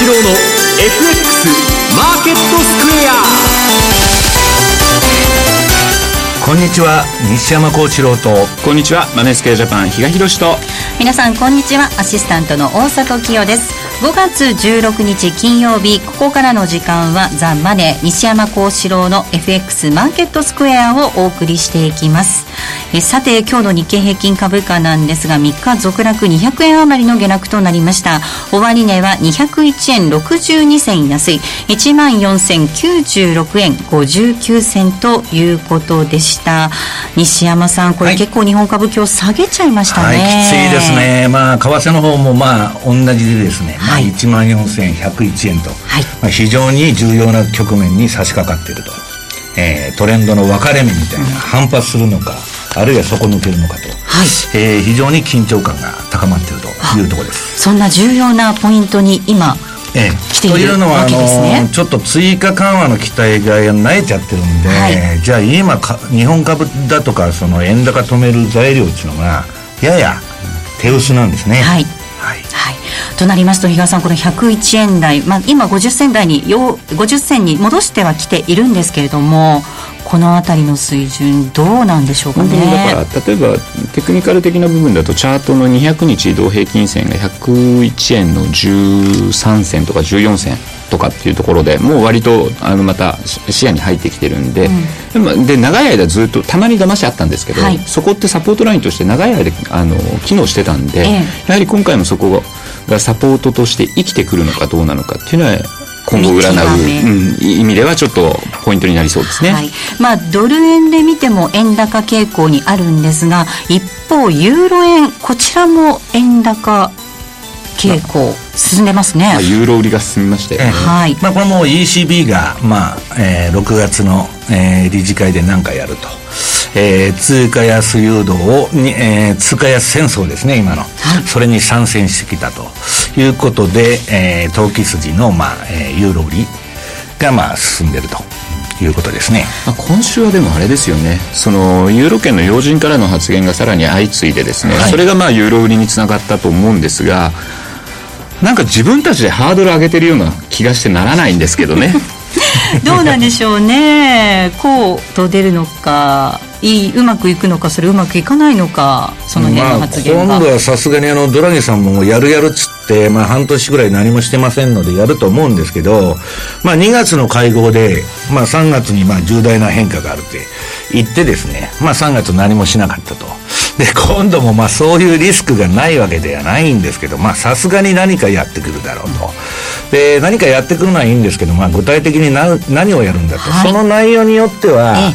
志郎の FX マーケットスクエア。 こんにちは、西山幸四郎と。 こんにちは、マネースクエアジャパン比嘉宏と。 皆さんこんにちは、アシスタントの大里清です。5月16日金曜日、ここからの時間はザ・マネー西山幸四郎の FX マーケットスクエアをお送りしていきます。さて今日の日経平均株価なんですが、3日続落200円余りの下落となりました。終値は201円62銭安い 14,096 円59銭ということでした。西山さん、これ結構日本株今日下げちゃいましたね。 きついですね。為替の方も同じでですね、14,101 円と、非常に重要な局面に差し掛かっていると、トレンドの分かれ目みたいな、反発するのかあるいは底抜けるのかと、非常に緊張感が高まっているというところです。 そんな重要なポイントに今来ているわけですね。というのはちょっと追加緩和の期待が萎えちゃってるんで、じゃあ今日本株だとかその円高止める材料っていうのがやや手薄なんですね。 となりますと、比嘉さん、この101円台、今50銭に戻してはきているんですけれども、このあたりの水準どうなんでしょうかね。 だから例えばテクニカル的な部分だと、チャートの200日移動平均線が101円の13銭とか14銭とかっていうところで、もう割とまた視野に入ってきてるんで、で長い間ずっとたまに騙しあったんですけど、そこってサポートラインとして長い間機能してたんで、やはり今回もそこがサポートとして生きてくるのかどうなのかっていうのは今後占う、意味ではちょっとポイントになりそうですね。 ドル円で見ても円高傾向にあるんですが、一方ユーロ円、こちらも円高傾向進んでますね。 ユーロ売りが進みまして、 これも ECB が、6月の、理事会で何かやると、通貨安誘導を通貨安戦争ですね、今の、それに参戦してきたということで、投機筋の、ユーロ売りが、進んでるということですね。 今週はでもあれですよね、そのユーロ圏の要人からの発言がさらに相次いでですね、それがユーロ売りにつながったと思うんですが、なんか自分たちでハードル上げてるような気がしてならないんですけどねどうなんでしょうね。こうと出るのか、うまくいくのか、それうまくいかないのか、その辺の発言が、 今度はさすがにドラギさんもやるっつって、半年ぐらい何もしてませんのでやると思うんですけど、2月の会合で、3月に重大な変化があるって言ってですね、3月何もしなかったと。で今度もそういうリスクがないわけではないんですけど、さすがに何かやってくるだろうと。で何かやってくるのはいいんですけど、具体的に何をやるんだと、その内容によっては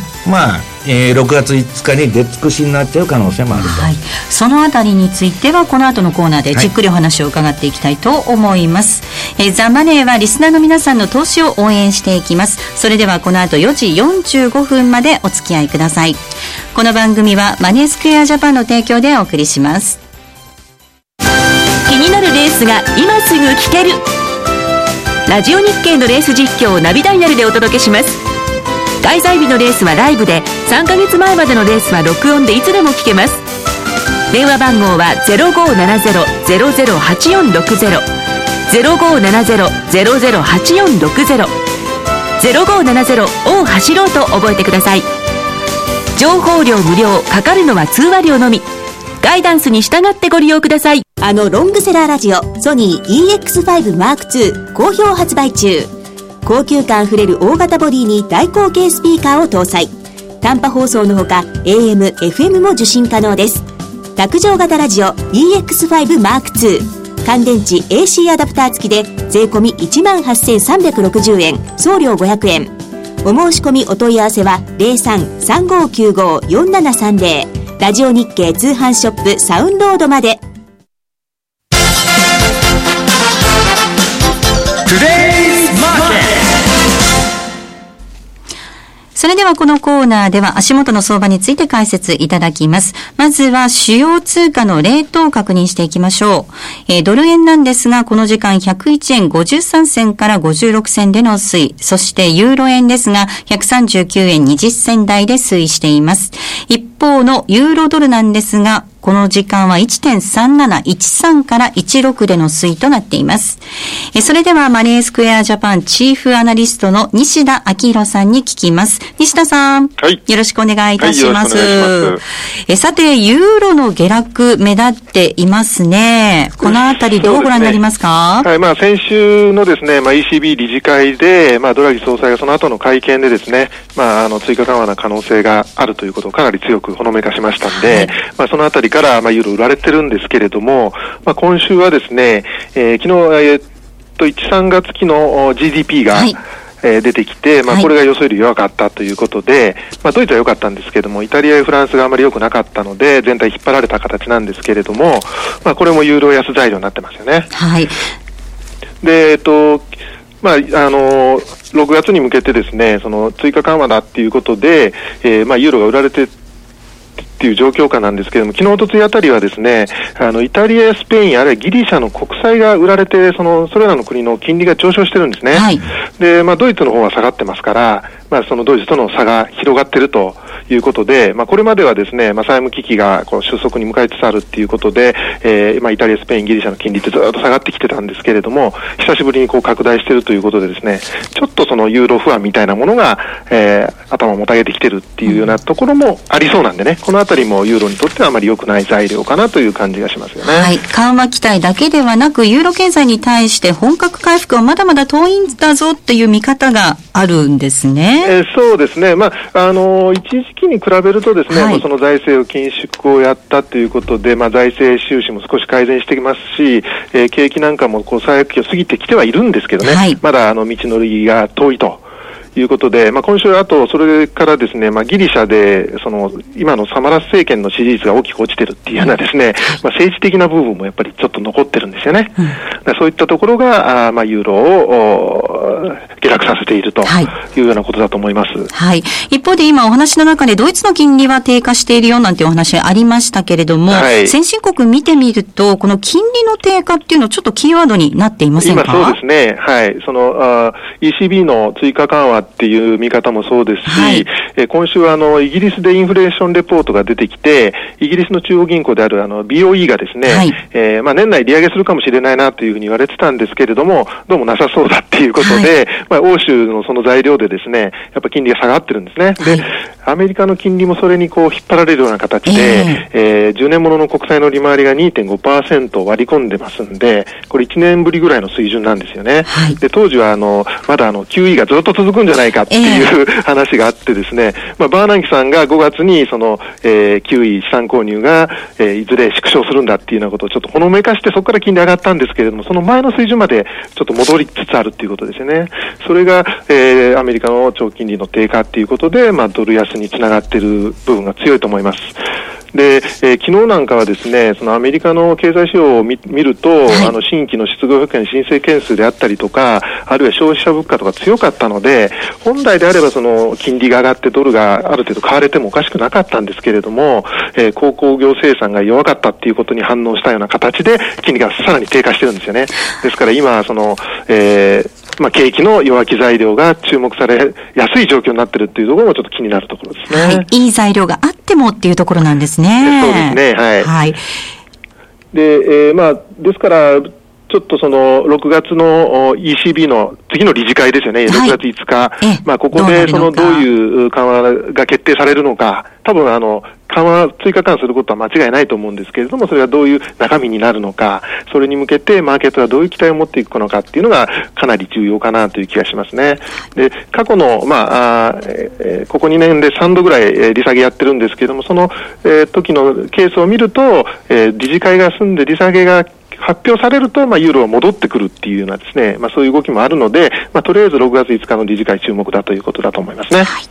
6月5日に出尽くしになっちゃう可能性もあると、 そのあたりについてはこの後のコーナーでじっくりお話を伺っていきたいと思います。ザ・マネーはリスナーの皆さんの投資を応援していきます。それではこの後4時45分までお付き合いください。この番組はマネースクエアジャパンの提供でお送りします。 気になるレースが今すぐ聞ける、ラジオ日経のレース実況をナビダイヤルでお届けします。開催日のレースはライブで、3ヶ月前までのレースは録音でいつでも聞けます。電話番号は 0570-008460 0570-008460 0570を走ろうと覚えてください。情報料無料、かかるのは通話料のみ。ガイダンスに従ってご利用ください。 ロングセラーラジオソニー EX5 M2 好評発売中。高級感あふれる大型ボディに大口径スピーカーを搭載。短波放送のほか AM、FM も受信可能です。卓上型ラジオ EX5 M2 乾電池 AC アダプター付きで税込 18,360 円、送料500円。お申し込みお問い合わせは 03-3595-4730 ラジオ日経通販ショップサウンロードまで。 それではこのコーナーでは足元の相場について解説いただきます。まずは主要通貨のレートを確認していきましょう。ドル円なんですが、この時間101円53銭から56銭での推移。そしてユーロ円ですが、139円20銭台で推移しています。一方のユーロドルなんですが、ここの時間は 1.3713 から16での推移となっています。それではマネースクエアジャパンチーフアナリストの西田明宏さんに聞きます。西田さん、はい、よろしくお願いいたします。はい、よろしくお願いします。さて、ユーロの下落目立っていますね。このあたりどうご覧になりますか？ はい、先週のですね、ECB 理事会で、ドラギ総裁がその後の会見でですね、追加緩和の可能性があるということをかなり強くほのめかしましたんで、はい、そのあたりから、ユーロ売られてるんですけれども、今週はですね、昨日、1、3月期の GDP が、はい、出てきて、これが予想より弱かったということで、ドイツは良かったんですけれども、イタリアやフランスがあまり良くなかったので、全体引っ張られた形なんですけれども、これもユーロ安材料になってますよね。はい。で、6月に向けてですね、その追加緩和だっていうことで、ユーロが売られてっていう状況下なんですけれども、昨日、おとついあたりはですね、イタリアやスペイン、あるいはギリシャの国債が売られて、それらの国の金利が上昇してるんですね。はい、で、ドイツの方は下がってますから、そのドイツとの差が広がってるということで、これまではですね、債務危機が収束に向かいつつあるっていうことで、イタリア、スペイン、ギリシャの金利ってずっと下がってきてたんですけれども、久しぶりに拡大してるということでですね、ちょっとそのユーロ不安みたいなものが、頭をもたげてきてるっていうようなところもありそうなんでね、このあたりもユーロにとってはあまり良くない材料かなという感じがしますよね。 はい、緩和期待だけではなく、ユーロ経済に対して本格回復はまだまだ遠いんだぞっていう見方があるんですね。 そうですね。一時期に比べるとですね、はい、その財政を緊縮をやったということで、財政収支も少し改善してきますし、景気なんかも最悪期を過ぎてきてはいるんですけどね、はい、まだ道のりが遠いということで、今週あとそれからですね、ギリシャで今のサマラス政権の支持率が大きく落ちてるっていうようなですね、政治的な部分もやっぱりちょっと残ってるんですよね。そういったところがユーロを下落させているというようなことだと思います。 はい。一方で今お話の中でドイツの金利は低下しているよなんてお話ありましたけれども、はい、先進国見てみるとこの金利の低下っていうのはちょっとキーワードになっていませんか？ 今そうですね。はい。ECB の追加緩和っていう見方もそうですし、はい、今週はイギリスでインフレーションレポートが出てきて、イギリスの中央銀行であるBOE がですね、はい、年内利上げするかもしれないなというふうに言われてたんですけれども、どうもなさそうだっていうことで、はい、欧州のその材料でですね、やっぱ金利が下がってるんですね。はい、で、アメリカの金利もそれに引っ張られるような形で、10年ものの国債の利回りが 2.5% 割り込んでますんで、これ1年ぶりぐらいの水準なんですよね。はい、で、当時はまだQE がずっと続くんじゃないかっていう話があってですね、バーナンキさんが5月にQE 資産購入が、いずれ縮小するんだっていうようなことをちょっとほのめかして、そこから金利上がったんですけれども、その前の水準までちょっと戻りつつあるっていうことですよね。それが、アメリカの長期金利の低下っていうことで、ドル安につながっている部分が強いと思います。で、昨日なんかはですね、そのアメリカの経済指標を見ると、はい、新規の失業保険申請件数であったりとか、あるいは消費者物価とか強かったので、本来であればその金利が上がってドルがある程度買われてもおかしくなかったんですけれども、鉱工業生産が弱かったっていうことに反応したような形で金利がさらに低下してるんですよね。ですから今景気の弱気材料が注目されやすい状況になっているっていうところもちょっと気になるところですね。 はい、いい材料があってもっていうところなんですね。 そうですね。はい。はい、で、ですから、ちょっと6月の ECB の次の理事会ですよね、6月5日。ここでどういう緩和が決定されるのか、多分追加緩和することは間違いないと思うんですけれども、それがどういう中身になるのか、それに向けてマーケットがどういう期待を持っていくのかっていうのがかなり重要かなという気がしますね。で、過去の、ここ2年で3度ぐらい利下げやってるんですけれども、その、時のケースを見ると、理事会が済んで利下げが発表されると、ユーロが戻ってくるっていうようなですね、そういう動きもあるので、とりあえず6月5日の理事会注目だということだと思いますね。はい、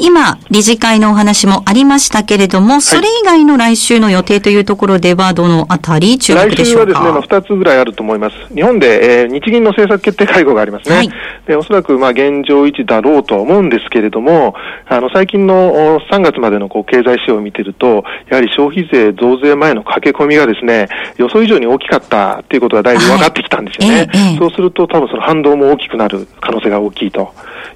今、理事会のお話もありましたけれども、それ以外の来週の予定というところでは、どのあたり注目でしょうか？ 来週はですね、2つぐらいあると思います。日本で、日銀の政策決定会合がありますね。はい、で、おそらく現状維持だろうとは思うんですけれども、最近の3月までの経済指標を見てると、やはり消費税増税前の駆け込みがですね、予想以上に大きかったっていうことがだいぶ分かってきたんですよね。そうすると多分その反動も大きくなる可能性が大きいと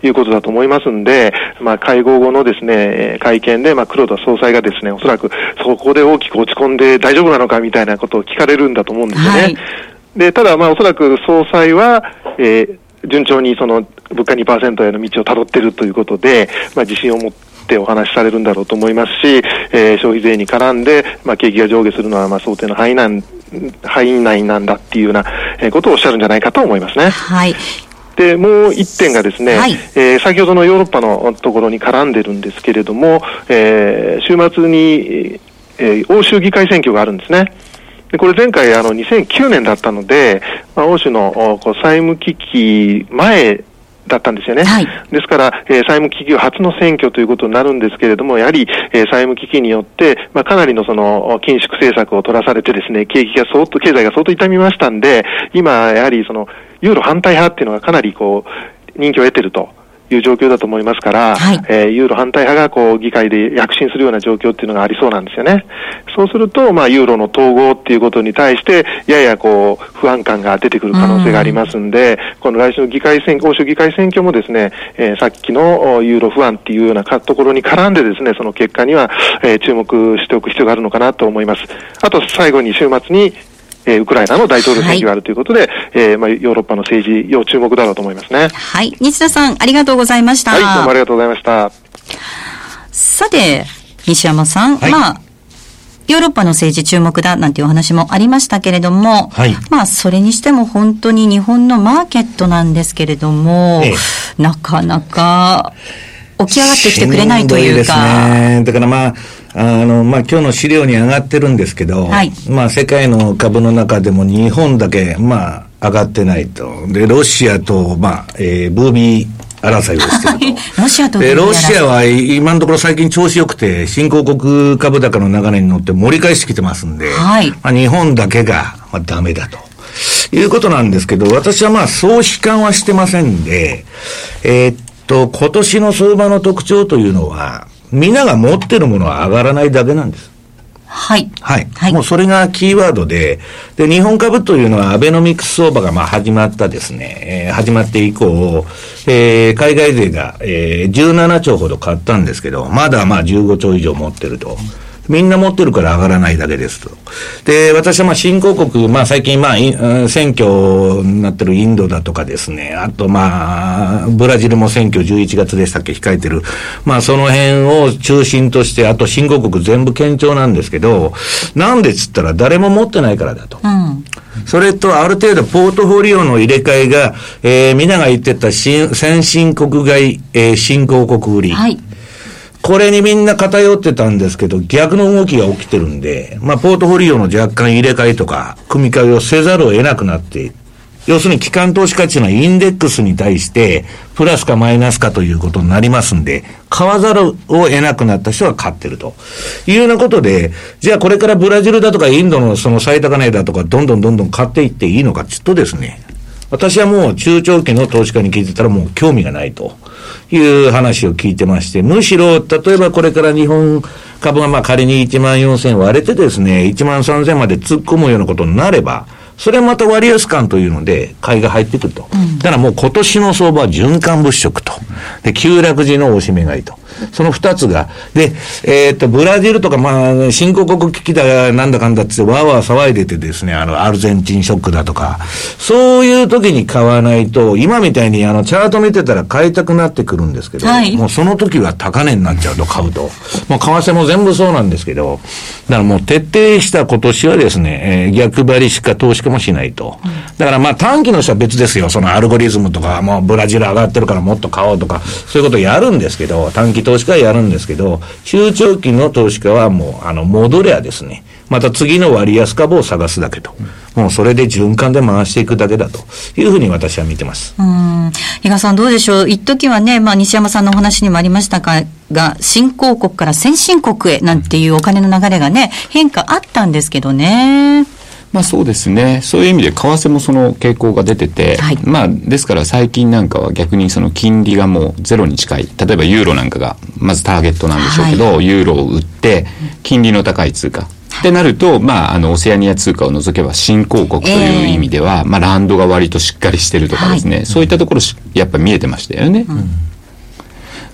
いうことだと思いますんで、会合後のですね、会見で、黒田総裁がですね、おそらくそこで大きく落ち込んで大丈夫なのかみたいなことを聞かれるんだと思うんですよね。で、ただおそらく総裁は、順調にその物価 2% への道をたどっているということで、自信を持ってお話しされるんだろうと思いますし、消費税に絡んで、景気が上下するのは想定の範囲内なんだっていうようなことをおっしゃるんじゃないかと思いますね。はい。で、もう一点がですね、先ほどのヨーロッパのところに絡んでるんですけれども、週末に、欧州議会選挙があるんですね。で、これ前回2009年だったので、欧州の債務危機前だったんですよね。ですから、債務危機初の選挙ということになるんですけれども、やはり、債務危機によって、かなりのその緊縮政策を取らされてですね、経済が相当痛みましたんで、今やはりそのユーロ反対派っていうのがかなり人気を得ているという状況だと思いますから、ユーロ反対派が議会で躍進するような状況っていうのがありそうなんですよね。そうすると、ユーロの統合っていうことに対してやや不安感が出てくる可能性がありますんで、この来週の欧州議会選挙もですね、さっきのユーロ不安っていうようなところに絡んでですね、その結果には、注目しておく必要があるのかなと思います。あと最後に週末にウクライナの大統領選挙があるということで、ヨーロッパの政治要注目だろうと思いますね。 はい。西田さん、ありがとうございました。 はい、どうもありがとうございました。 さて、西山さん、ヨーロッパの政治注目だなんていうお話もありましたけれども、それにしても本当に日本のマーケットなんですけれども、なかなか起き上がってきてくれないというか。 だから今日の資料に上がってるんですけど、世界の株の中でも日本だけ、上がってないと。で、ロシアと、ブービー争いをしてると。 ロシアとロシアは今のところ最近調子良くて、新興国株高の流れに乗って盛り返してきてますんで、日本だけが、ダメだと。いうことなんですけど、私はそう悲観はしてませんで、今年の相場の特徴というのは、みんなが持ってるものは上がらないだけなんです。もうそれがキーワードで、日本株というのはアベノミクス相場が始まったですね、始まって以降、海外勢が、17兆ほど買ったんですけど、まだ15兆以上持ってると。みんな持ってるから上がらないだけですと。で、私は新興国、最近選挙になってるインドだとかですね、あとブラジルも選挙11月でしたっけ控えてる。その辺を中心として、あと新興国全部堅調なんですけど、なんでっつったら誰も持ってないからだと。それとある程度ポートフォリオの入れ替えが、みんなが言ってた先進国買い、新興国売り。これにみんな偏ってたんですけど、逆の動きが起きてるんで、ポートフォリオの若干入れ替えとか、組み替えをせざるを得なくなって、要するに機関投資価値のインデックスに対して、プラスかマイナスかということになりますんで、買わざるを得なくなった人は買ってるというようなことで、じゃあこれからブラジルだとかインドのその最高値だとか、どんどん買っていっていいのかちょっとですね、私はもう中長期の投資家に聞いてたらもう興味がないという話を聞いてまして、むしろ、例えばこれから日本株が仮に14,000割れてですね、13,000まで突っ込むようなことになれば、それはまた割安感というので、買いが入ってくると。だからもう今年の相場は循環物色と。で、急落時のおしめ買いと。その二つが。で、ブラジルとか、新興国危機だ、なんだかんだってわーわー騒いでてですね、アルゼンチンショックだとか、そういう時に買わないと、今みたいにチャート見てたら買いたくなってくるんですけど、もうその時は高値になっちゃうと買うと。もう為替も全部そうなんですけど、だからもう徹底した今年はですね、逆張りしか投資家もしないと。だから短期の人は別ですよ。そのアルゴリズムとか、もうブラジル上がってるからもっと買おうとか、そういうことやるんですけど、短期投資家はやるんですけど、中長期の投資家はもう、戻りゃですね、また次の割安株を探すだけと。もうそれで循環で回していくだけだというふうに私は見てます。 比嘉さんどうでしょう。一時はね、西山さんのお話にもありましたが、新興国から先進国へなんていうお金の流れがね、変化あったんですけどね。 そうですね。そういう意味で為替もその傾向が出てて、ですから最近なんかは逆にその金利がもうゼロに近い。例えばユーロなんかがまずターゲットなんでしょうけど、ユーロを売って金利の高い通貨。ってなると、オセアニア通貨を除けば新興国という意味では、ランドが割としっかりしてるとかですね、そういったところやっぱり見えてましたよね。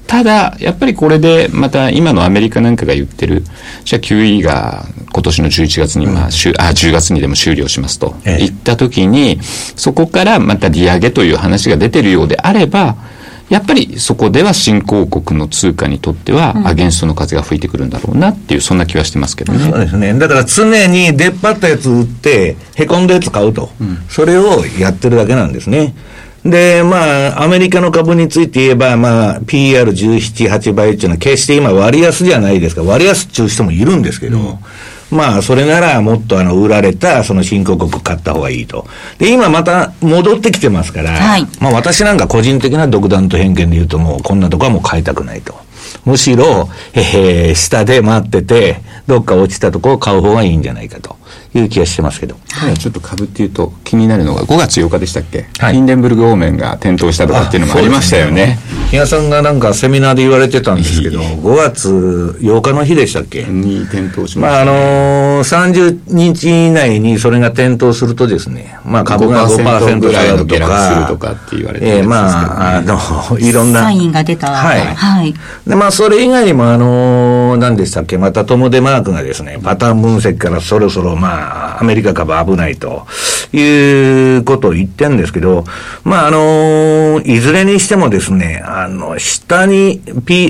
ただやっぱりこれでまた今のアメリカなんかが言ってる、じゃあ QE が今年の11月に10月にでも終了しますと言った時に、そこからまた利上げという話が出てるようであれば、やっぱりそこでは新興国の通貨にとってはアゲンストの風が吹いてくるんだろうなっていう、そんな気はしてますけどね。 そうですね。だから常に出っ張ったやつ売ってへこんだやつ買うと、それをやってるだけなんですね。で、アメリカの株について言えば、PR17、8倍っていうのは決して今割安じゃないですか。割安っていう人もいるんですけど、それならもっと売られたその新興国買った方がいいと。で、今また戻ってきてますから、私なんか個人的な独断と偏見で言うと、もうこんなとこはもう買いたくないと。むしろ、下で待ってて、どっか落ちたとこを買う方がいいんじゃないかという気がしてますけど。 ちょっと株っていうと気になるのが5月8日でしたっけ、ヒンデンブルグオーメンが点灯したとかっていうのもありましたよね。 比嘉さんがなんかセミナーで言われてたんですけど、5月8日の日でしたっけに点灯しましたね。 30日以内にそれが点灯するとですね、株が 5% ぐらいの下落するとかって言われてるんですけど、 いろんなサインが出た。 で、それ以外にも何でしたっけ、またトム・デマークがですね、パターン分析からそろそろアメリカ株危ないということを言ってるんですけど、いずれにしてもですね、下に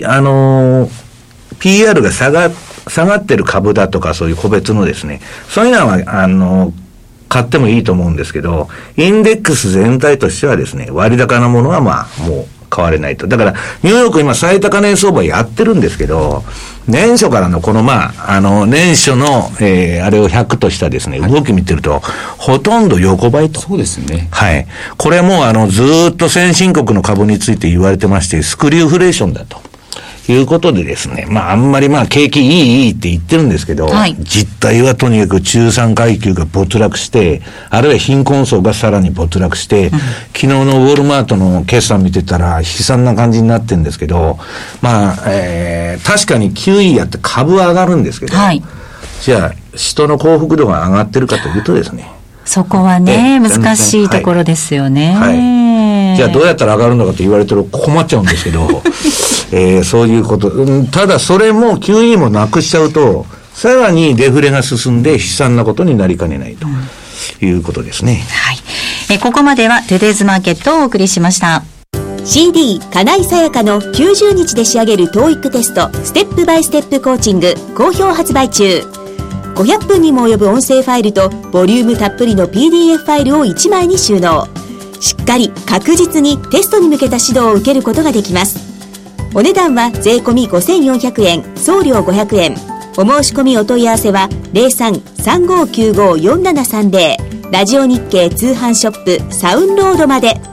PR が下がってる株だとか、そういう個別のですね、そういうのは買ってもいいと思うんですけど、インデックス全体としてはですね、割高なものはもう買われないと。だからニューヨーク今最高値相場やってるんですけど、年初からのこの年初の、あれを100としたですね、動き見てるとほとんど横ばいと。 そうですね。 これもずーっと先進国の株について言われてまして、スクリューフレーションだということでですね、あんまり景気いいって言ってるんですけど、実態はとにかく中産階級が没落して、あるいは貧困層がさらに没落して、昨日のウォルマートの決算見てたら悲惨な感じになってるんですけど、確かに QE やって株は上がるんですけど、じゃあ人の幸福度が上がってるかというとですね、 そこはね、難しいところですよね。 じゃあどうやったら上がるのかと言われてると困っちゃうんですけど、そういうこと、ただそれも QE もなくしちゃうと、さらにデフレが進んで悲惨なことになりかねないということですね。 ここまではトゥデイズマーケットをお送りしました。 CD 金井さやかの90日で仕上げる TOEIC テストステップバイステップコーチング好評発売中。500分にも及ぶ音声ファイルとボリュームたっぷりの PDF ファイルを1枚に収納。しっかり確実にテストに向けた指導を受けることができます。お値段は税込5400円、送料500円。お申し込みお問い合わせは 03-3595-4730 ラジオ日経通販ショップサウンロードまで。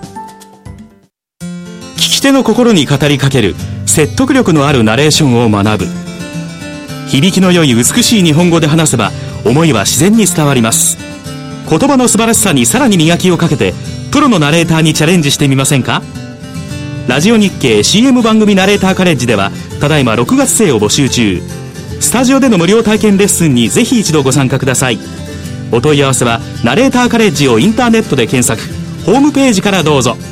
聞き手の心に語りかける説得力のあるナレーションを学ぶ。響きの良い美しい日本語で話せば思いは自然に伝わります。言葉の素晴らしさにさらに磨きをかけてプロのナレーターにチャレンジしてみませんか。ラジオ日経 CM 番組ナレーターカレッジではただいま6月生を募集中。スタジオでの無料体験レッスンにぜひ一度ご参加ください。お問い合わせはナレーターカレッジをインターネットで検索、ホームページからどうぞ。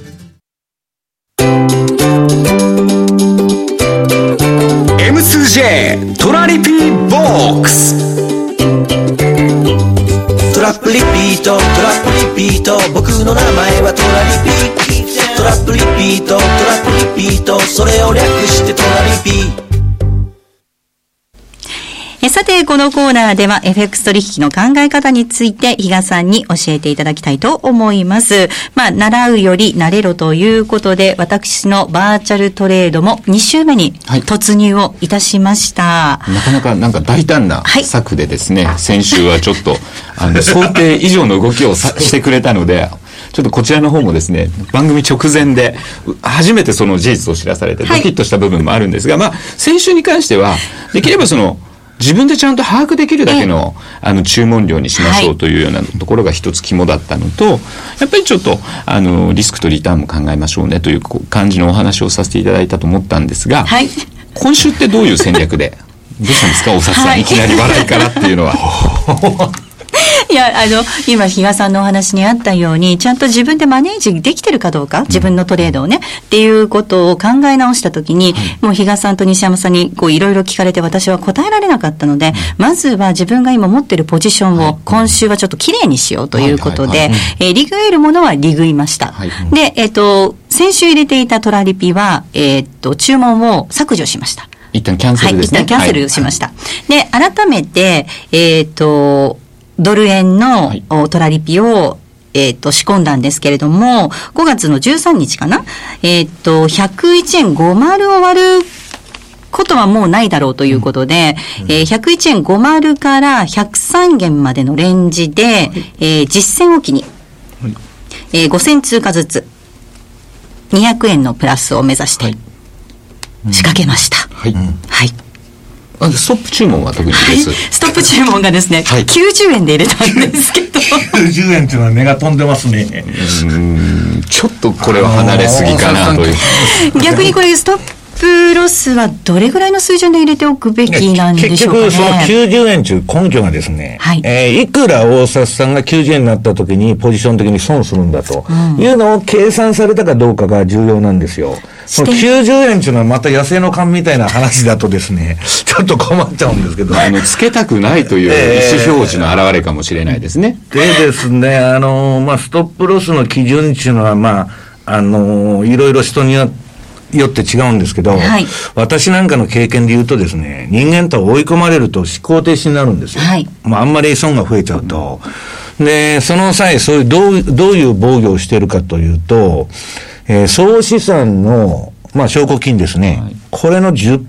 M2J トラリピーボックス。 トラップリピート、トラップリピート、僕の名前はトラリピ。トラップリピート、トラップリピート、それを略してトラリピ。 さて、このコーナーでは FX 取引の考え方について比嘉さんに教えていただきたいと思います。習うより慣れろということで、私のバーチャルトレードも2週目に突入をいたしました。 なかなか大胆な策でですね、先週はちょっと想定以上の動きをしてくれたので、ちょっとこちらの方もですね、番組直前で初めてその事実を知らされてドキッとした部分もあるんですが、先週に関してはできれば自分でちゃんと把握できるだけの注文量にしましょうというようなところが一つ肝だったのと、やっぱりちょっとリスクとリターンも考えましょうねという感じのお話をさせていただいたと思ったんですが、今週ってどういう戦略でどうしたんですか、おさつさん、いきなり笑いからっていうのは。 いや、今、比嘉さんのお話にあったように、ちゃんと自分でマネージできてるかどうか、自分のトレードをね、っていうことを考え直したときに、もう比嘉さんと西山さんにいろいろ聞かれて、私は答えられなかったので、まずは自分が今持ってるポジションを、今週はちょっときれいにしようということで、利食えるものは利食いました。で、先週入れていたトラリピは、注文を削除しました。 一旦キャンセルですね。 はい、一旦キャンセルしました。で、改めて、ドル円のトラリピを、仕込んだんですけれども、5月の13日かな101円50を割ることはもうないだろうということで、101円50から103円までのレンジで、実践おきに、5000通貨ずつ、200円のプラスを目指して、仕掛けました。 はい。 はい。 ストップ注文は特にです。 ストップ注文がですね、90円で入れたんですけど。 90円っていうのは値が飛んでますね。 ちょっとこれは離れすぎかなという。 逆にこれストップロスはどれぐらいの水準で入れておくべきなんでしょうかね。 結局その90円という根拠がですね、いくら大札さんが90円になった時にポジション的に損するんだというのを計算されたかどうかが重要なんですよ。その90円というのはまた野生の勘みたいな話だとですね、ちょっと困っちゃうんですけど。 つけたくないという意思表示の表れかもしれないですね。 でですね、ストップロスの基準っていうのは、いろいろ人によって違うんですけど、私なんかの経験で言うとですね、人間とは追い込まれると思考停止になるんですよ。あんまり損が増えちゃうと。で、その際、そういうどういう防御をしているかというと、総資産の、証拠金ですね。これの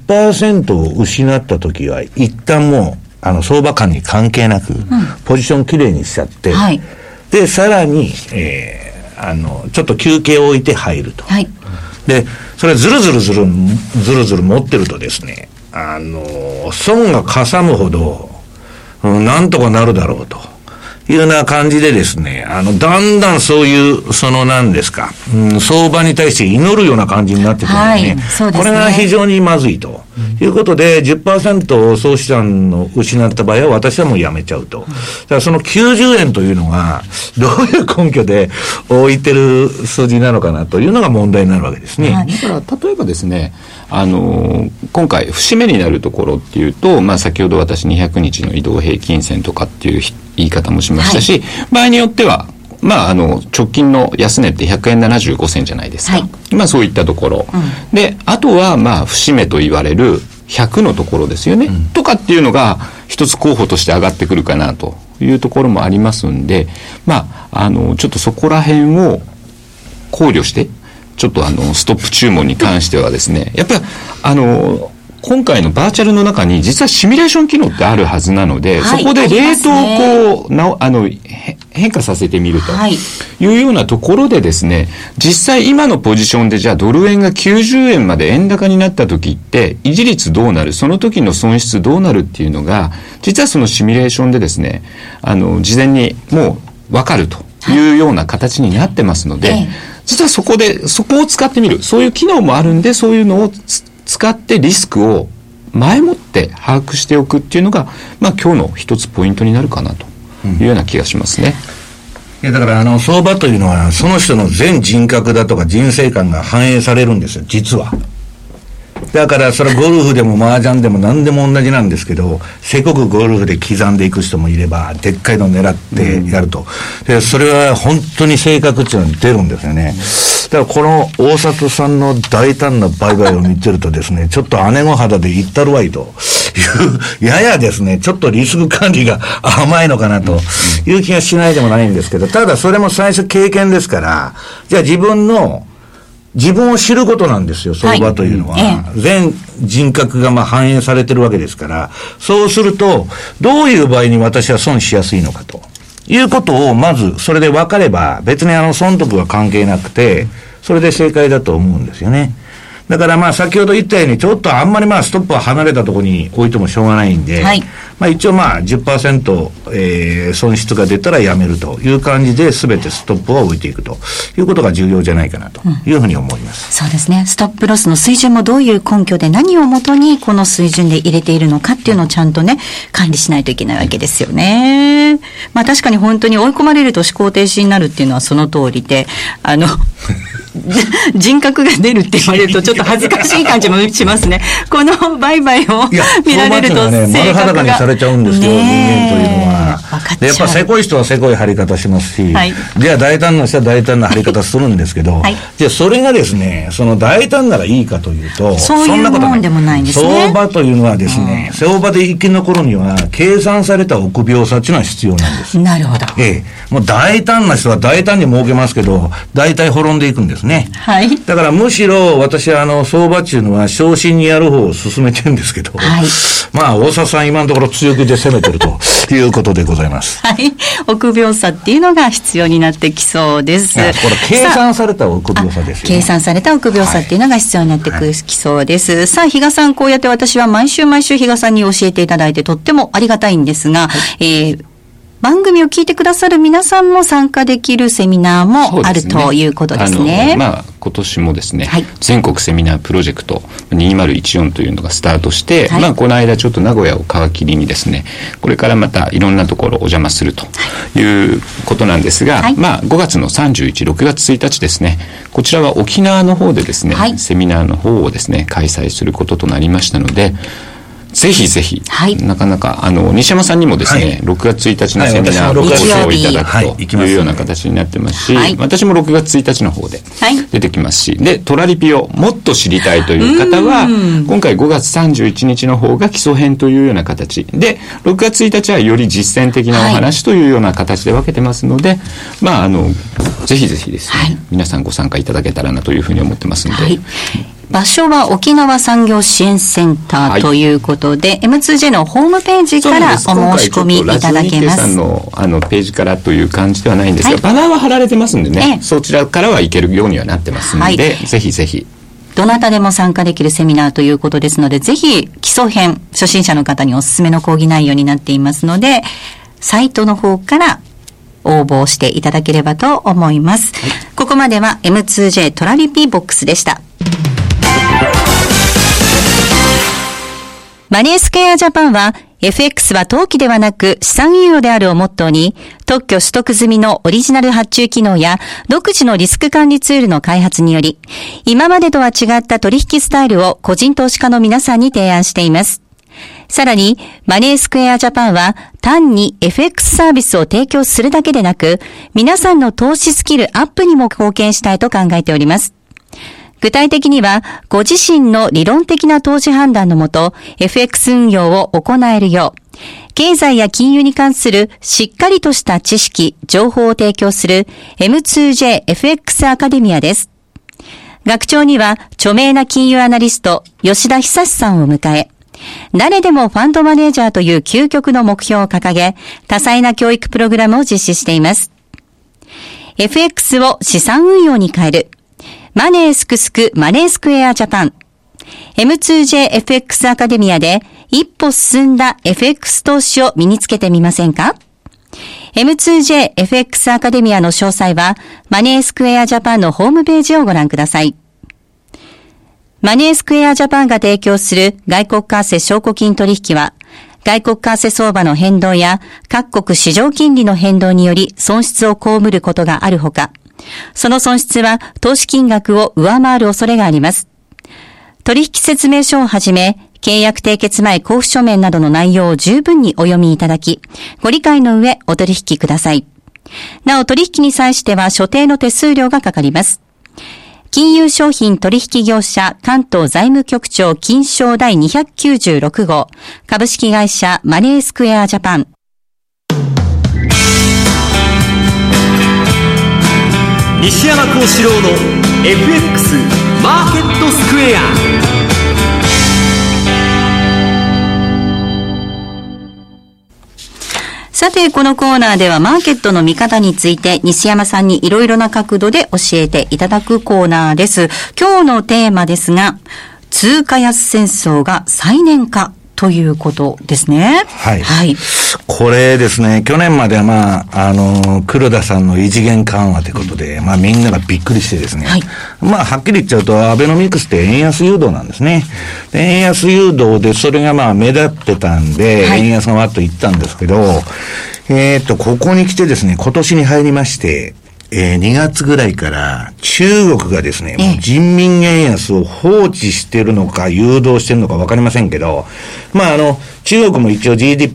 10% を失ったときは、一旦もう、相場感に関係なく、ポジションきれいにしちゃって、で、さらに、ちょっと休憩を置いて入ると。で、それずるずる持ってるとですね、損がかさむほど、なんとかなるだろうと。いうような感じでですね、だんだんそういう、何ですか、相場に対して祈るような感じになってくるんですね。これが非常にまずいと。いうことで、10% を総資産を失った場合は私はもうやめちゃうと。だからその90円というのが、どういう根拠で置いてる数字なのかなというのが問題になるわけですね。 だから、例えばですね、今回、節目になるところっていうと、先ほど私200日の移動平均線とかっていう言い方もしましたし、場合によっては、直近の安値って100円75銭じゃないですか。そういったところ。で、あとは、節目と言われる100のところですよね。とかっていうのが、一つ候補として上がってくるかなというところもありますんで、ちょっとそこら辺を考慮して、ちょっとストップ注文に関してはですね、やっぱり今回のバーチャルの中に実はシミュレーション機能ってあるはずなので、そこでレートを変化させてみるというようなところでですね、実際今のポジションでじゃあドル円が90円まで円高になった時って維持率どうなる、その時の損失どうなるっていうのが、実はそのシミュレーションでですね、事前にもう分かるというような形になってますので、実はそこを使ってみる、そういう機能もあるんで、そういうのを使ってリスクを前もって把握しておくっていうのが、今日の一つポイントになるかなというような気がしますね。 いや、だから相場というのはその人の全人格だとか人生観が反映されるんですよ、実は。だからそれはゴルフでも麻雀でも何でも同じなんですけど、せこくゴルフで刻んでいく人もいれば、でっかいの狙ってやると。で、それは本当に性格っていうのが出るんですよね。だからこの大里さんの大胆な売買を見てるとですね、ちょっと姉御肌で言ったるわいという、ややですね、ちょっとリスク管理が甘いのかなという気がしないでもないんですけど、ただそれも最初経験ですから、じゃあ自分を知ることなんですよ、相場というのは。全人格が反映されてるわけですから、そうすると、どういう場合に私は損しやすいのかということを、まずそれで分かれば、別に損得は関係なくて、それで正解だと思うんですよね。 だからまあ先ほど言ったように、ちょっとあんまりまあストップは離れたところに置いてもしょうがないんで、はい、まあ一応まあ 10%、損失が出たらやめるという感じで全てストップを置いていくということが重要じゃないかなというふうに思います。 そうですね。ストップロスの水準もどういう根拠で何をもとにこの水準で入れているのかっていうのをちゃんとね、管理しないといけないわけですよね。まあ確かに本当に追い込まれると思考停止になるっていうのはその通りで、人格が出るって言われるとちょっと恥ずかしい感じもしますね。この売買を見られるとね、丸裸にされちゃうんですよ、人間というのは。でやっぱせこい人はせこい張り方しますし、はい、じゃあ大胆な人は大胆な張り方するんですけど、はい、じゃあそれがですね、その大胆ならいいかというと、 そういうもんでもないんですね。 相場というのはですね、相場で生き残るには計算された臆病さっていうのは必要なんです。 なるほど。 もう大胆な人は大胆に儲けますけど、大体滅んでいくんですね。はい。だからむしろ私は相場っていうのは昇進にやる方を進めてるんですけど、はい、まあ大沢さん今のところ強気で攻めてるということでございます。 はい。臆病さっていうのが必要になってきそうです。 これ計算された臆病さですよね。 計算された臆病さっていうのが必要になってきそうです。はい、さあ比嘉さん、こうやって私は毎週比嘉さんに教えていただいてとってもありがたいんですが、はい、番組を聞いてくださる皆さんも参加できるセミナーもあるということですね。 まあ、今年もですね、はい、全国セミナープロジェクト2014というのがスタートして、はい、まあ、この間ちょっと名古屋を皮切りにですね、これからまたいろんなところお邪魔するということなんですが、はい、まあ、5月の31、6月1日ですね、こちらは沖縄の方でですね、はい、セミナーの方をですね、開催することとなりましたので、ぜひぜひ、はい、なかなか西山さんにもですね、はい、6月1日のセミナーご視聴いただくというような形になってますし、はい、私も6月1日の方で出てきますし、でトラリピをもっと知りたいという方は今回5月31日の方が基礎編というような形で、6月1日はより実践的なお話というような形で分けてますので、まあぜひぜひですね、はい、皆さんご参加いただけたらなというふうに思ってますので、はい、 場所は沖縄産業支援センターということで、はい、M2J のホームページからお申し込みいただけます。 ラジオ日経さんのページからという感じではないんですが、はい、バナーは貼られてますんでね、そちらからは行けるようにはなってますので、はい、ぜひぜひ。 どなたでも参加できるセミナーということですので、ぜひ基礎編、初心者の方におすすめの講義内容になっていますので、サイトの方から応募していただければと思います。はい、ここまでは M2J トラリピボックスでした。マネースクエアジャパンは FX は投機ではなく資産運用であるをモットーに、特許取得済みのオリジナル発注機能や独自のリスク管理ツールの開発により、今までとは違った取引スタイルを個人投資家の皆さんに提案しています。さらに、マネースクエアジャパンは単に FX サービスを提供するだけでなく、皆さんの投資スキルアップにも貢献したいと考えております。具体的には、ご自身の理論的な投資判断のもと、FX 運用を行えるよう、経済や金融に関するしっかりとした知識、情報を提供する M2JFX アカデミアです。学長には、著名な金融アナリスト、吉田久さんを迎え、誰でもファンドマネージャーという究極の目標を掲げ、多彩な教育プログラムを実施しています。FX を資産運用に変える。マネースクスクマネースクエアジャパン M2JFX アカデミアで一歩進んだ FX 投資を身につけてみませんか？ M2JFX アカデミアの詳細はマネースクエアジャパンのホームページをご覧ください。マネースクエアジャパンが提供する外国為替証拠金取引は、外国為替相場の変動や各国市場金利の変動により損失を被ることがあるほか、その損失は投資金額を上回る恐れがあります。取引説明書をはじめ、契約締結前交付書面などの内容を十分にお読みいただき、ご理解の上お取引ください。なお取引に際しては所定の手数料がかかります。金融商品取引業者関東財務局長金商第296号株式会社マネースクエアジャパン。 西山幸四郎の FX マーケットスクエア。 さて、このコーナーではマーケットの見方について西山さんにいろいろな角度で教えていただくコーナーです。今日のテーマですが、通貨安戦争が再燃かということですね。 はい。はい。これですね、去年までは黒田さんの異次元緩和ということで、みんながびっくりしてですね。はい。はっきり言っちゃうと、アベノミクスって円安誘導なんですね。で、円安誘導で、それが目立ってたんで、円安がわっといったんですけど、ここに来てですね、今年に入りまして、2月ぐらいから中国がですね、もう人民円安を放置してるのか誘導してるのかわかりませんけど、中国も一応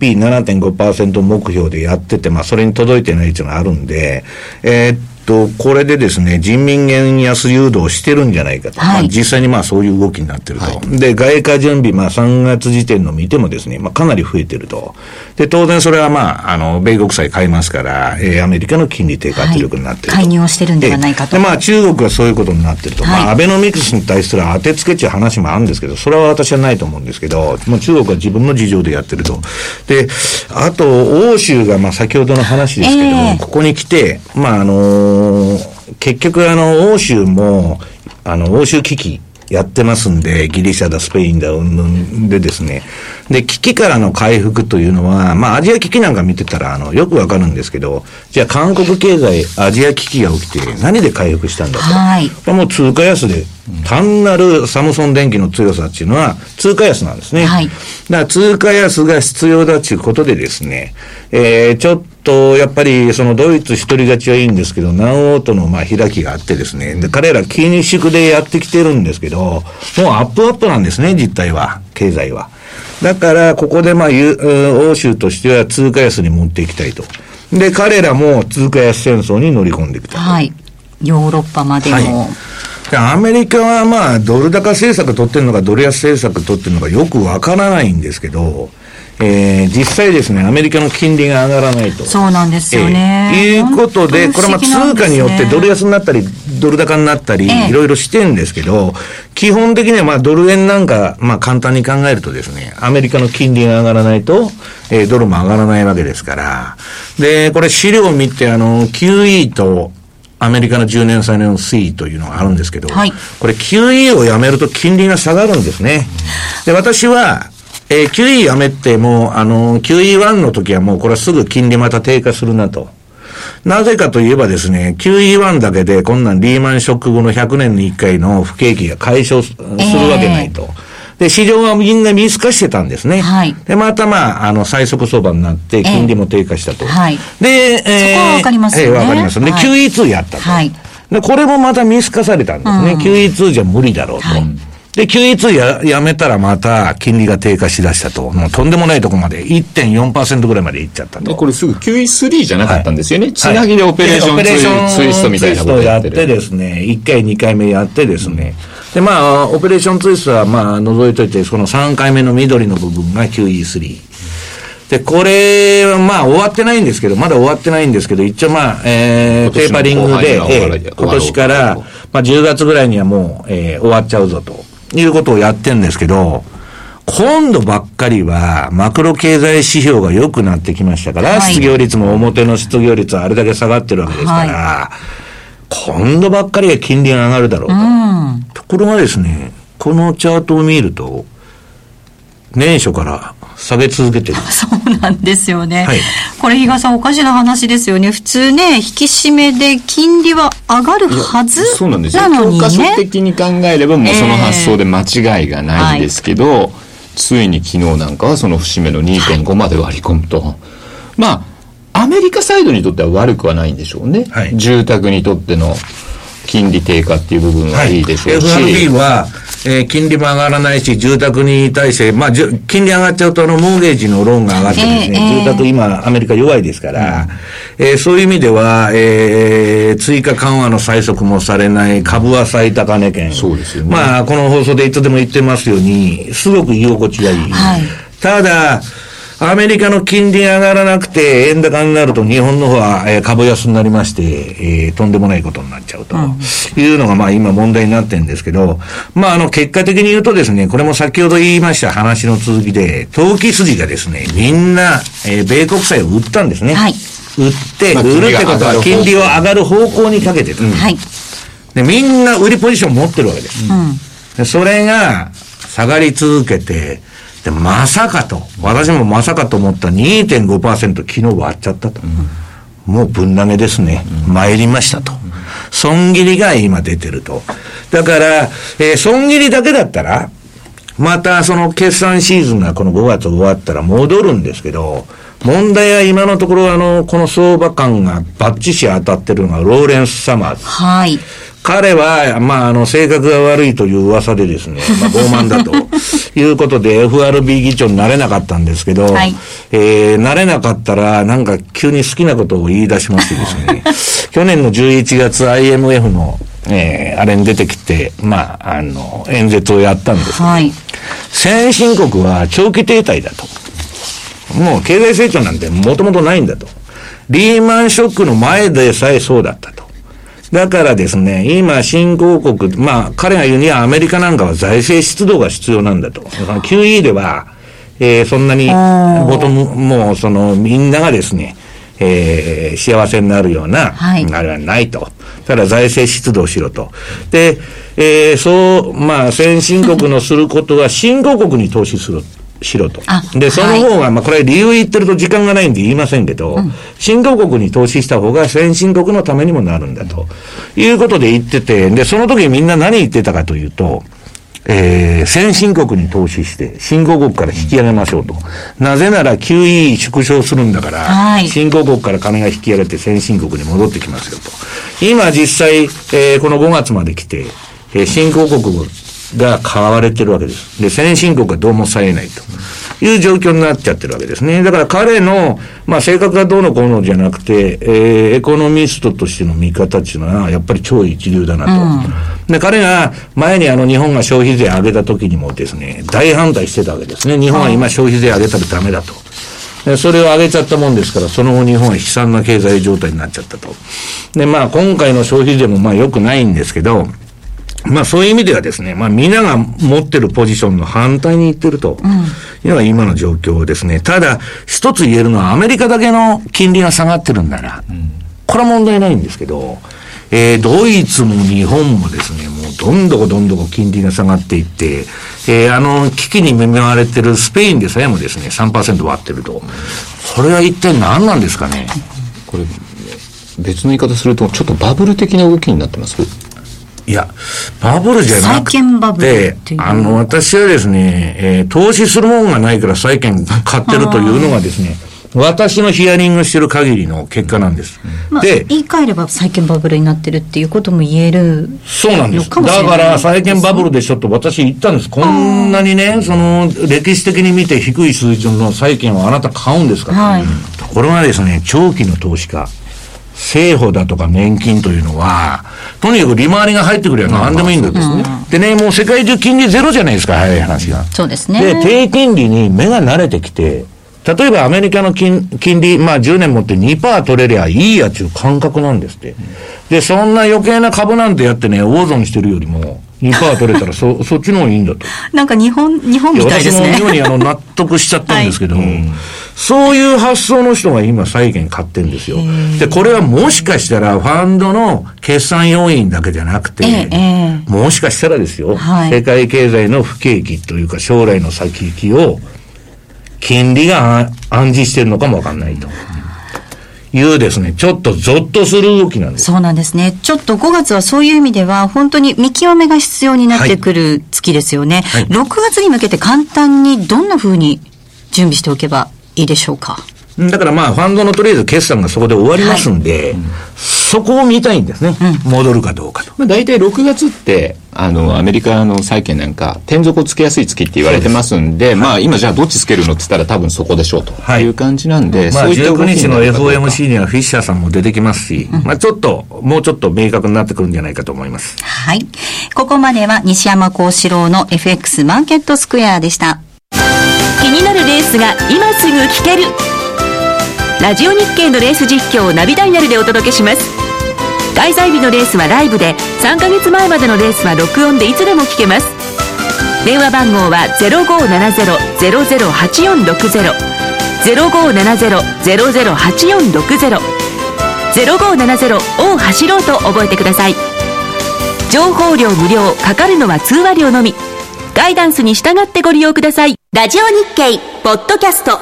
GDP7.5% 目標でやってて、それに届いてないっていうのがあるんで、これでですね、人民元安誘導してるんじゃないかと。実際にそういう動きになってると。で、外貨準備、3月時点の見てもですね、かなり増えてると。で、当然それは米国債買いますから、アメリカの金利低下圧力になってると。 介入をしてるんではないかと。 で、中国はそういうことになってると。アベノミクスに対する当てつけっていう話もあるんですけど、それは私はないと思うんですけど、もう中国は自分の事情でやってると。で、あと、欧州が先ほどの話ですけども、ここに来て、結局欧州も、欧州危機やってますんで、ギリシャだ、スペインだ、でですね。で、危機からの回復というのは、アジア危機なんか見てたら、よくわかるんですけど、じゃあ韓国経済、アジア危機が起きて、何で回復したんだと。はい。もう通貨安で、単なるサムソン電機の強さっていうのは、通貨安なんですね。はい。だから通貨安が必要だということでですね、ちょっと、やっぱり、ドイツ一人勝ちはいいんですけど、南欧との、開きがあってですね、で、彼ら緊縮でやってきてるんですけど、もうアップなんですね、実態は、経済は。だから、ここで欧州としては通貨安に持っていきたいと。で、彼らも通貨安戦争に乗り込んできた。 はい。ヨーロッパまでも。はい、 アメリカはドル高政策取ってるのかドル安政策取ってるのかよくわからないんですけど、実際ですね、アメリカの金利が上がらないと。 そうなんですよね。 いうことで、これは通貨によってドル安になったり、ドル高になったり、いろいろしてるんですけど、基本的にはドル円なんか、簡単に考えるとですね、アメリカの金利が上がらないと、ドルも上がらないわけですから。で、これ資料を見て、QE と、アメリカの10年債の推移というのがあるんですけど、はい、これ QE をやめると金利が下がるんですね。で、私は、QE やめても、QE1 の時はもうこれはすぐ金利また低下するなと。なぜかといえばですね、QE1 だけでこんなんリーマンショック後の100年に1回の不景気が解消するわけないと。で、市場はみんな見透かしてたんですね。はい。で、また最速相場になって、金利も低下したと。はい。で、 そこはわかりますよね。 わかります。で、QE2 やったと。はい。で、これもまた見透かされたんですね。QE2 じゃ無理だろうと。はい。で、QE2 やめたらまた金利が低下しだしたと。もうとんでもないとこまで 1.4% ぐらいまでいっちゃったと。 で、これすぐ QE3 じゃなかったんですよね。はい、つなぎでオペレーションツイストみたいなことをやってですね、1回2回目やってですね。で、オペレーションツイストは除いといて、その3回目の緑の部分が QE3。で、これは終わってないんですけど、まだ終わってないんですけど、一応テーパリングで、今年から10月ぐらいにはもう、終わっちゃうぞということをやってるんですけど、今度ばっかりはマクロ経済指標が良くなってきましたから、はい、失業率も表の失業率はあれだけ下がってるわけですから、はい、今度ばっかりは金利が上がるだろうと。ところがですね、このチャートを見ると、年初から下げ続けてる。 そうなんですよね。はい、これ、比嘉さん、おかしな話ですよね。普通ね、引き締めで金利は上がるはずそうなんですよ。教科書的に考えれば、もうその発想で間違いがないんですけど、ついに昨日なんかはその節目の 2.5 まで割り込むと。アメリカサイドにとっては悪くはないんでしょうね。はい、住宅にとっての金利低下っていう部分はいいでしょうし。 FRB は、金利も上がらないし、住宅に対して、金利上がっちゃうとモーゲージのローンが上がってですね、住宅今アメリカ弱いですから、そういう意味では、追加緩和の催促もされない株は最高値圏。 そうですよね。 この放送でいつでも言ってますように、すごく居心地がいい。はい、ただ、 アメリカの金利が上がらなくて円高になると日本の方は株安になりまして、とんでもないことになっちゃうというのがまあ今問題になってるんですけど、まあ結果的に言うとですね、これも先ほど言いました話の続きで、投機筋がですね、みんな、米国債を売ったんですね。はい。売って、売るってことは金利を上がる方向にかけてる。はい。で、みんな売りポジション持ってるわけです。でそれが下がり続けて、で、まさかと、私もまさかと思った 2.5% 昨日割っちゃったと。もうぶん投げですね。参りましたと。損切りが今出てると。だから、損切りだけだったら、またその決算シーズンがこの5月終わったら戻るんですけど、問題は今のところこの相場感がバッチシ当たってるのがローレンス・サマーズ。はい。彼は、性格が悪いという噂でですね、傲慢だということで FRB 議長になれなかったんですけど、はい、なれなかったら、なんか急に好きなことを言い出しましてですね、去年の11月 IMF の、あれに出てきて、演説をやったんですけど、はい、先進国は長期停滞だと。もう経済成長なんてもともとないんだと。リーマンショックの前でさえそうだったと。だからですね、今、新興国、彼が言うにはアメリカなんかは財政出動が必要なんだと。QE では、そんなに、もうみんながですね、幸せになるような、あれはないと。ただ財政出動しろと。で、先進国のすることは新興国に投資しろと。で、その方が、これ理由言ってると時間がないんで言いませんけど、新興国に投資した方が先進国のためにもなるんだということで言ってて、で、その時みんな何言ってたかというと、先進国に投資して新興国から引き上げましょうと。なぜなら QE 縮小するんだから、新興国から金が引き上げて先進国に戻ってきますよと。今実際、この5月まで来て、新興国が買われてるわけです。で、先進国はどうもさえないという状況になっちゃってるわけですね。だから彼の、性格がどうのこうのじゃなくて、エコノミストとしての見方っていうのは、やっぱり超一流だなと。で、彼が前に日本が消費税上げた時にもですね、大反対してたわけですね。日本は今消費税上げたらダメだと。でそれを上げちゃったもんですから、その後日本は悲惨な経済状態になっちゃったと。で、今回の消費税も良くないんですけど、そういう意味ではですね、みんなが持ってるポジションの反対にいってるというのが今の状況ですね。ただ、一つ言えるのはアメリカだけの金利が下がってるんなら、これは問題ないんですけど、ドイツも日本もですね、もうどんどこ金利が下がっていって、危機に見舞われてるスペインでさえもですね、3% 割ってると。これは一体何なんですかね。 これ、別の言い方すると、ちょっとバブル的な動きになってます？ いや、バブルじゃなくて、私はですね、投資するもんがないから債券買ってるというのがですね、私のヒアリングしてる限りの結果なんです。 で、言い換えれば債券バブルになってるっていうことも言える。 そうなんです。だから債券バブルでしょと私言ったんです。こんなにね、歴史的に見て低い水準の債券をあなた買うんですか、ところがですね、長期の投資家、政府だとか年金というのは、とにかく利回りが入ってくれば何でもいいんだと。でね、もう世界中金利ゼロじゃないですか、早い話が。 そうですね。 で、低金利に目が慣れてきて、例えばアメリカの金利、10年持って 2% 取れりゃいいやついう感覚なんですって。で、そんな余計な株なんてやってね、大損してるよりも、2% 取れたらそっちの方がいいんだと。 なんか日本みたいですね。 私も妙に納得しちゃったんですけど、そういう発想の人が今債券買ってんですよ。で、これはもしかしたらファンドの決算要因だけじゃなくて、もしかしたらですよ、世界経済の不景気というか将来の先行きを金利が暗示してるのかもわかんないと。いうですね、ちょっとゾッとする動きなんです。 そうなんですね。ちょっと5月はそういう意味では本当に見極めが必要になってくる月ですよね。6月に向けて簡単にどんな風に準備しておけばいいでしょうか。 だからファンドのとりあえず決算がそこで終わりますんで、そこを見たいんですね。戻るかどうかと。 大体6月って、アメリカの債券なんか、天底つけやすい月って言われてますんで、今じゃあどっちつけるのって言ったら多分そこでしょうという感じなんで、 そういった19日の FOMC にはフィッシャーさんも出てきますし、もうちょっと明確になってくるんじゃないかと思います。 はい。ここまでは西山幸四郎の FX マーケットスクエアでした。 気になるレーススが今すぐ聞ける。ラジオ日経のレース実況をナビダイヤルでお届けします。開催日のレースはライブで、3ヶ月前までのレースは録音でいつでも聞けます。電話番号は 0570-008460 0570-008460 0570を走ろうと覚えてください。情報料無料、かかるのは通話料のみ。ガイダンスに従ってご利用ください。 ラジオ日経ポッドキャスト、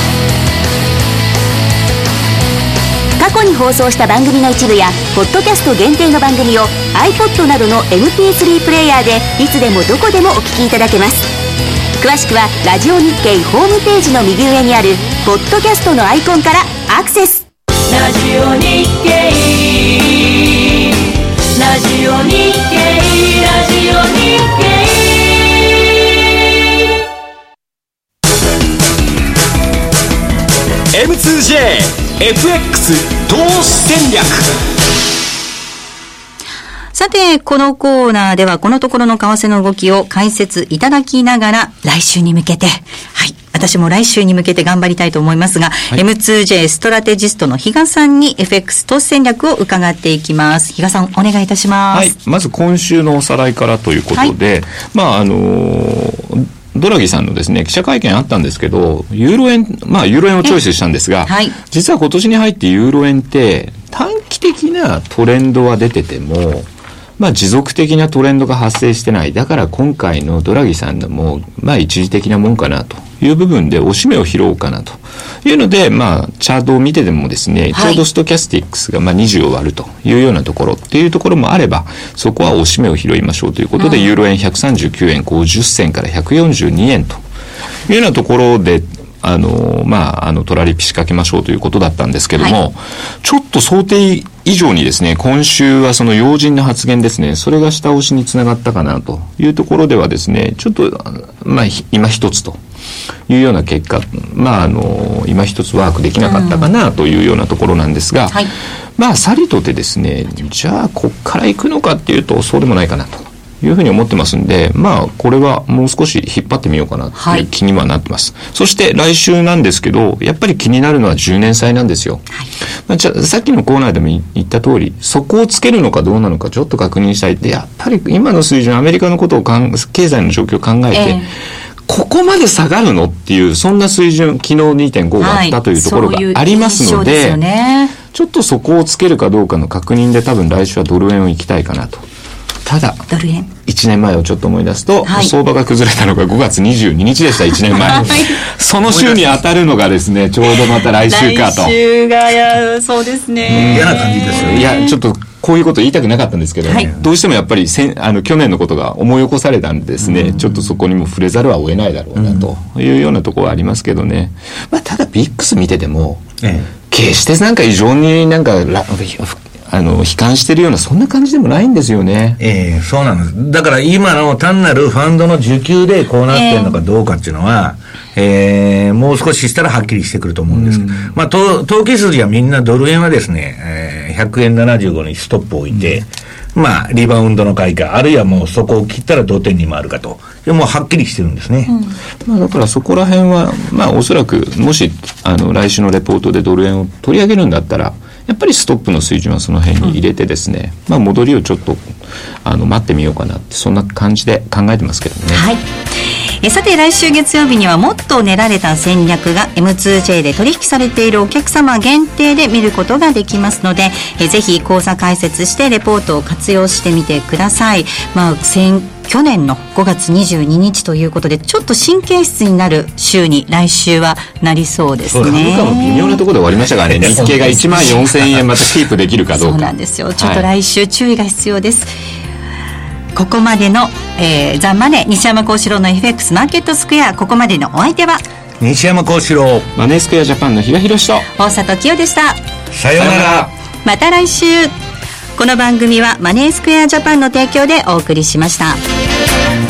過去に放送した番組の一部やポッドキャスト限定の番組を iPod などの MP3 プレイヤーでいつでもどこでもお聞きいただけます。詳しくはラジオ日経ホームページの右上にあるポッドキャストのアイコンからアクセス。 ラジオ日経ラジオ日経ラジオ日経 M2JFX 投資戦略。 さて、このコーナーではこのところの為替の動きを解説いただきながら、来週に向けて、はい、私も来週に向けて頑張りたいと思いますが、はい、M2J ストラテジストの比嘉さんに FX 投資戦略を伺っていきます。比嘉さん、お願いいたします。 はい、まず今週のおさらいからということで、はい、ドラギさんのですね、記者会見あったんですけど、ユーロ円をチョイスしたんですが、はい、実は今年に入ってユーロ円って短期的なトレンドは出てても、持続的なトレンドが発生してない。だから今回のドラギさんのも一時的なもんかなという部分で押し目を拾おうかなというので、チャートを見てでもですね、ちょうどストキャスティックスが20を割るというようなところっていうところもあれば、そこは押し目を拾いましょうということで、ユーロ円139円50銭から142円というようなところで、トラリピ仕掛けましょうということだったんですけども、はい、ちょっと想定以上にですね、今週はその要人の発言ですね、それが下押しにつながったかなというところではですね、ちょっと、今一つというような結果、今一つワークできなかったかなというようなところなんですが、はい、さりとてですね、じゃあこっから行くのかっていうと、そうでもないかなというふうに思ってますんで、これはもう少し引っ張ってみようかなという気にはなってます。はい、そして来週なんですけど、やっぱり気になるのは10年債なんですよ。はい、さっきのコーナーでも言った通り、そこをつけるのかどうなのかちょっと確認したい。で、やっぱり今の水準、アメリカのことを経済の状況を考えて、ここまで下がるのっていう、そんな水準、昨日 2.5 があったというところがありますので、ちょっとそこをつけるかどうかの確認で多分来週はドル円を行きたいかなと。ただ、1年前をちょっと思い出すと、はい、相場が崩れたのが5月22日でした、1年前。その週に当たるのがですね、ちょうどまた来週かと。 来週が、そうですね。 嫌な感じですよね。 いや、ちょっとこういうこと言いたくなかったんですけどね、はい、どうしてもやっぱり去年のことが思い起こされたんでですね、ちょっとそこにも触れざるは得ないだろうなというようなところはありますけどね。ただ、ビックス見てても、決してなんか異常になんか、悲観してるようなそんな感じでもないんですよね。 そうなんです。だから今の単なるファンドの需給でこうなってるのかどうかっていうのは、もう少ししたらはっきりしてくると思うんです。投機筋はみんなドル円はですね、100円75にストップを置いて、リバウンドの買いか、あるいはもうそこを切ったら同点に回るかと。もうはっきりしてるんですね。 だからそこら辺は、おそらく、もし、来週のレポートでドル円を取り上げるんだったら、やっぱりストップの水準はその辺に入れてですね、戻りをちょっと待ってみようかなって、そんな感じで考えてますけどね。 はい。さて、来週月曜日にはもっと練られた戦略が M2J で取引されているお客様限定で見ることができますので、ぜひ口座開設してレポートを活用してみてください。去年の5月22日ということで、ちょっと神経質になる週に来週はなりそうですね。 株価も微妙なところで終わりましたからね。日経が14,000円またキープできるかどうか。 そうなんですよ。ちょっと来週注意が必要です。ここまでの、ザ・マネー西山幸四郎の FX マーケットスクエア、ここまでのお相手は西山幸四郎、 マネースクエアジャパンの比嘉宏と大里清でした。 さようなら。 また来週。この番組はマネースクエアジャパンの提供でお送りしました。